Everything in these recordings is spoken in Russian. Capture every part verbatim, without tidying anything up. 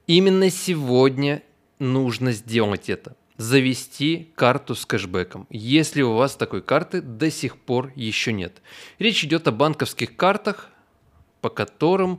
Именно сегодня нужно сделать это. Завести карту с кэшбэком, если у вас такой карты до сих пор еще нет. Речь идет о банковских картах, по которым,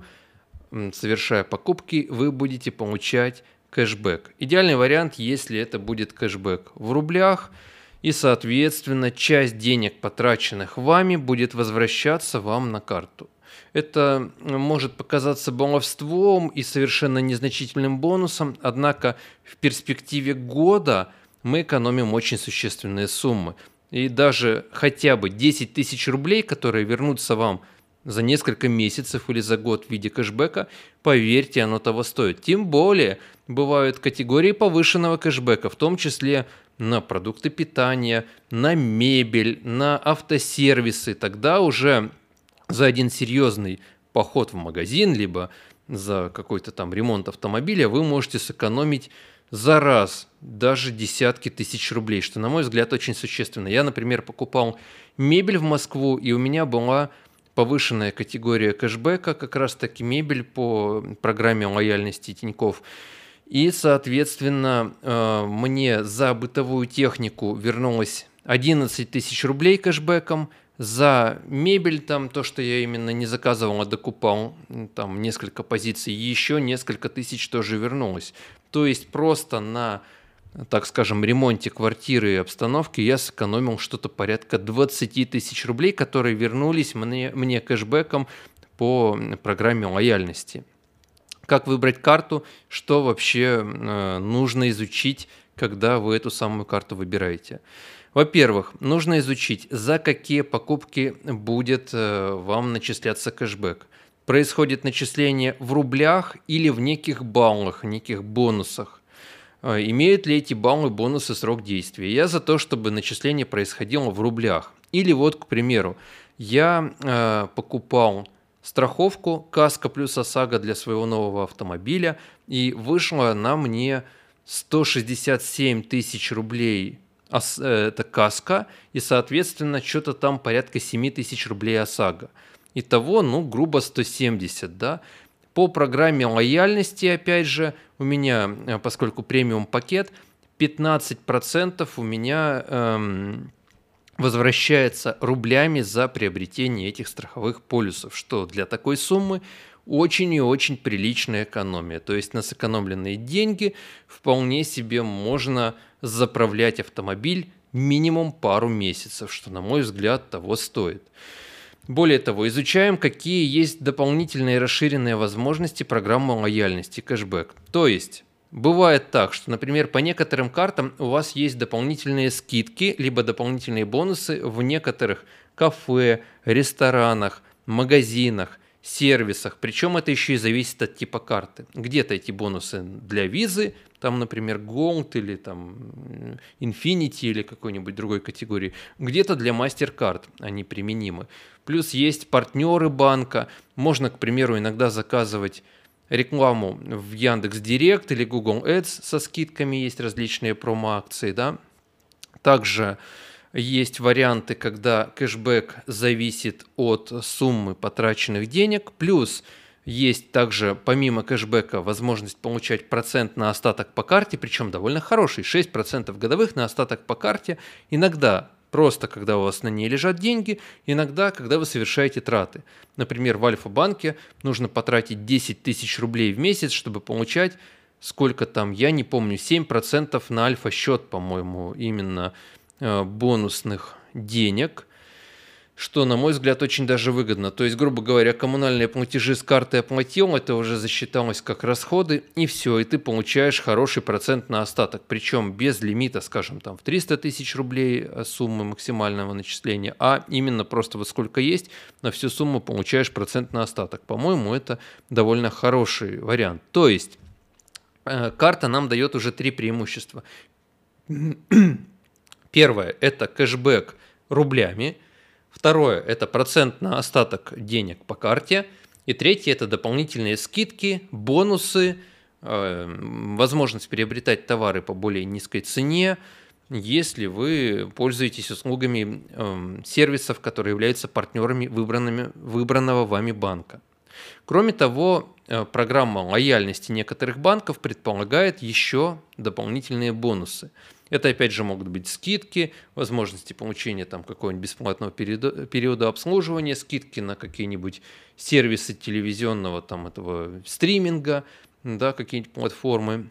совершая покупки, вы будете получать кэшбэк. Идеальный вариант, если это будет кэшбэк в рублях, и, соответственно, часть денег, потраченных вами, будет возвращаться вам на карту. Это может показаться баловством и совершенно незначительным бонусом, однако в перспективе года мы экономим очень существенные суммы. И даже хотя бы десять тысяч рублей, которые вернутся вам за несколько месяцев или за год в виде кэшбэка, поверьте, оно того стоит. Тем более, бывают категории повышенного кэшбэка, в том числе на продукты питания, на мебель, на автосервисы. Тогда уже за один серьезный поход в магазин, либо за какой-то там ремонт автомобиля вы можете сэкономить за раз даже десятки тысяч рублей, что, на мой взгляд, очень существенно. Я, например, покупал мебель в Москву, и у меня была повышенная категория кэшбэка, как раз-таки мебель по программе лояльности Тинькофф. И, соответственно, мне за бытовую технику вернулось одиннадцать тысяч рублей кэшбэком, за мебель, там то, что я именно не заказывал, а докупал, там несколько позиций, еще несколько тысяч тоже вернулось. То есть просто на, так скажем, ремонте квартиры и обстановки я сэкономил что-то порядка двадцать тысяч рублей, которые вернулись мне, мне кэшбэком по программе лояльности. Как выбрать карту, что вообще э, нужно изучить, когда вы эту самую карту выбираете. Во-первых, нужно изучить, за какие покупки будет э, вам начисляться кэшбэк. Происходит начисление в рублях или в неких баллах, неких бонусах. Э, имеют ли эти баллы, бонусы срок действия? Я за то, чтобы начисление происходило в рублях. Или вот, к примеру, я э, покупал страховку «Каска плюс ОСАГО» для своего нового автомобиля, и вышло на мне сто шестьдесят семь тысяч рублей. Это каска, и, соответственно, что-то там порядка семь тысяч рублей ОСАГО. Итого, ну, грубо сто семьдесят, да. По программе лояльности, опять же, у меня, поскольку премиум пакет, пятнадцать процентов у меня эм, возвращается рублями за приобретение этих страховых полюсов, что для такой суммы очень и очень приличная экономия. То есть на сэкономленные деньги вполне себе можно заправлять автомобиль минимум пару месяцев, что, на мой взгляд, того стоит. Более того, изучаем, какие есть дополнительные расширенные возможности программы лояльности кэшбэк. То есть бывает так, что, например, по некоторым картам у вас есть дополнительные скидки, либо дополнительные бонусы в некоторых кафе, ресторанах, магазинах, сервисах. Причем это еще и зависит от типа карты. Где-то эти бонусы для визы, там, например, Gold или там Infinity или какой-нибудь другой категории. Где-то для MasterCard они применимы. Плюс есть партнеры банка. Можно, к примеру, иногда заказывать рекламу в Яндекс.Директ или Google Ads со скидками, есть различные промо-акции, да. Также есть варианты, когда кэшбэк зависит от суммы потраченных денег, плюс есть также помимо кэшбэка возможность получать процент на остаток по карте, причем довольно хороший, шесть процентов годовых на остаток по карте, иногда просто когда у вас на ней лежат деньги, иногда когда вы совершаете траты. Например, в Альфа-банке нужно потратить десять тысяч рублей в месяц, чтобы получать сколько там, я не помню, семь процентов на Альфа-счет, по-моему, именно бонусных денег, что, на мой взгляд, очень даже выгодно. То есть, грубо говоря, коммунальные платежи с карты оплатил, это уже засчиталось как расходы, и все, и ты получаешь хороший процент на остаток, причем без лимита, скажем, там в триста тысяч рублей суммы максимального начисления, а именно просто вот сколько есть, на всю сумму получаешь процент на остаток. По-моему, это довольно хороший вариант. То есть, карта нам дает уже три преимущества. Первое – это кэшбэк рублями. Второе – это процент на остаток денег по карте. И третье – это дополнительные скидки, бонусы, э, возможность приобретать товары по более низкой цене, если вы пользуетесь услугами э, сервисов, которые являются партнерами выбранными, выбранного вами банка. Кроме того, э, программа лояльности некоторых банков предполагает еще дополнительные бонусы. Это, опять же, могут быть скидки, возможности получения там какого-нибудь бесплатного периода, периода обслуживания, скидки на какие-нибудь сервисы телевизионного там этого стриминга, да, какие-нибудь платформы.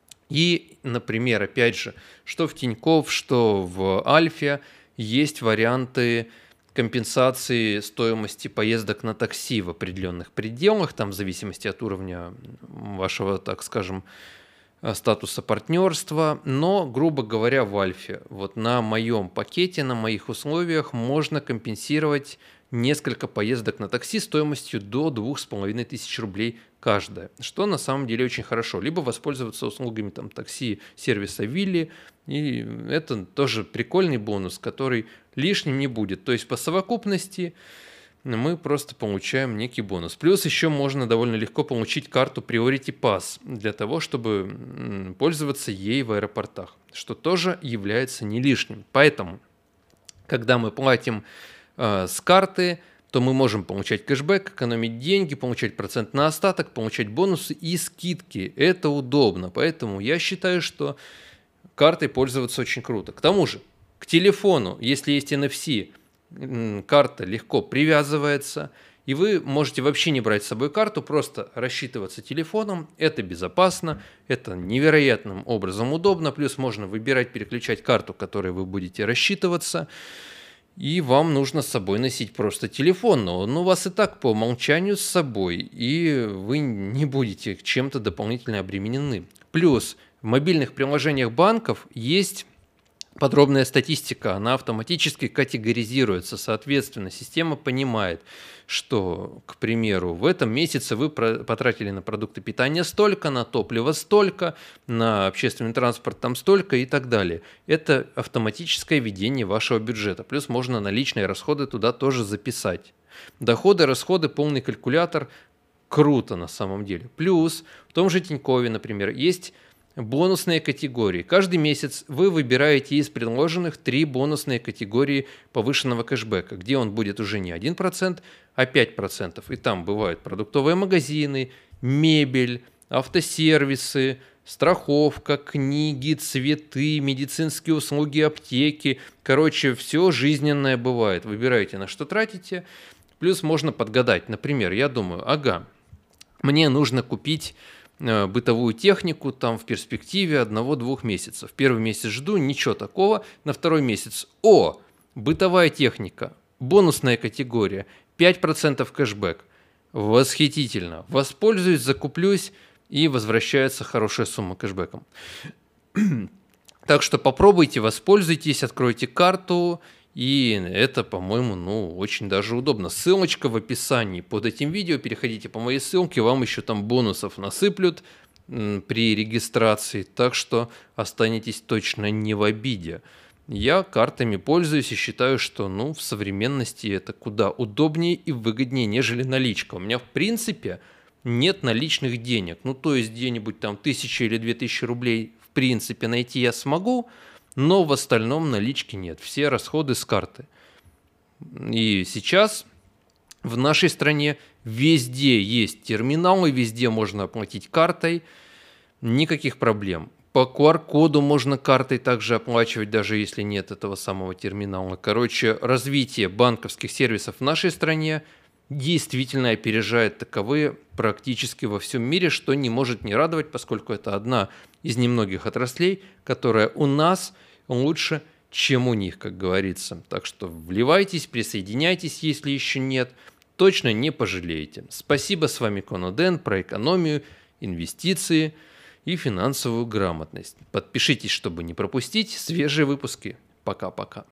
И, например, опять же, что в Тинькофф, что в Альфе есть варианты компенсации стоимости поездок на такси в определенных пределах, там в зависимости от уровня вашего, так скажем, статуса партнерства, но, грубо говоря, в Альфе, вот на моем пакете, на моих условиях можно компенсировать несколько поездок на такси стоимостью до двух с половиной тысяч рублей каждая, что на самом деле очень хорошо. Либо воспользоваться услугами там, такси сервиса Вилли, и это тоже прикольный бонус, который лишним не будет. То есть по совокупности мы просто получаем некий бонус. Плюс еще можно довольно легко получить карту Priority Pass для того, чтобы пользоваться ей в аэропортах, что тоже является не лишним. Поэтому, когда мы платим э, с карты, то мы можем получать кэшбэк, экономить деньги, получать процент на остаток, получать бонусы и скидки. Это удобно. Поэтому я считаю, что картой пользоваться очень круто. К тому же, к телефону, если есть эн эф си, карта легко привязывается, и вы можете вообще не брать с собой карту, просто рассчитываться телефоном. Это безопасно, это невероятным образом удобно, плюс можно выбирать, переключать карту, которой вы будете рассчитываться, и вам нужно с собой носить просто телефон, но он у вас и так по умолчанию с собой, и вы не будете чем-то дополнительно обременены. Плюс в мобильных приложениях банков есть подробная статистика, она автоматически категоризируется. Соответственно, система понимает, что, к примеру, в этом месяце вы потратили на продукты питания столько, на топливо столько, на общественный транспорт там столько и так далее. Это автоматическое ведение вашего бюджета. Плюс можно наличные расходы туда тоже записать. Доходы, расходы, полный калькулятор. Круто на самом деле. Плюс в том же Тинькове, например, есть бонусные категории. Каждый месяц вы выбираете из предложенных три бонусные категории повышенного кэшбэка, где он будет уже не один процент, а пять процентов. И там бывают продуктовые магазины, мебель, автосервисы, страховка, книги, цветы, медицинские услуги, аптеки. Короче, все жизненное бывает. Выбираете, на что тратите. Плюс можно подгадать. Например, я думаю, ага, мне нужно купить бытовую технику там в перспективе одного-двух месяцев. Первый месяц жду, ничего такого. На второй месяц, о, бытовая техника, бонусная категория, пять процентов кэшбэк. Восхитительно. Воспользуюсь, закуплюсь, и возвращается хорошая сумма кэшбэком. Так что попробуйте, воспользуйтесь, откройте карту. И это, по-моему, ну, очень даже удобно. Ссылочка в описании под этим видео. Переходите по моей ссылке, вам еще там бонусов насыплют при регистрации. Так что останетесь точно не в обиде. Я картами пользуюсь и считаю, что ну, в современности это куда удобнее и выгоднее, нежели наличка. У меня, в принципе, нет наличных денег. Ну, то есть где-нибудь там тысяча или две тысячи рублей, в принципе, найти я смогу. Но в остальном налички нет. Все расходы с карты. И сейчас в нашей стране везде есть терминалы, везде можно оплатить картой. Никаких проблем. По ку ар-коду можно картой также оплачивать, даже если нет этого самого терминала. Короче, развитие банковских сервисов в нашей стране действительно опережает таковые практически во всем мире, что не может не радовать, поскольку это одна из немногих отраслей, которая у нас лучше, чем у них, как говорится. Так что вливайтесь, присоединяйтесь, если еще нет, точно не пожалеете. Спасибо, с вами Коно Дэн про экономию, инвестиции и финансовую грамотность. Подпишитесь, чтобы не пропустить свежие выпуски. Пока-пока.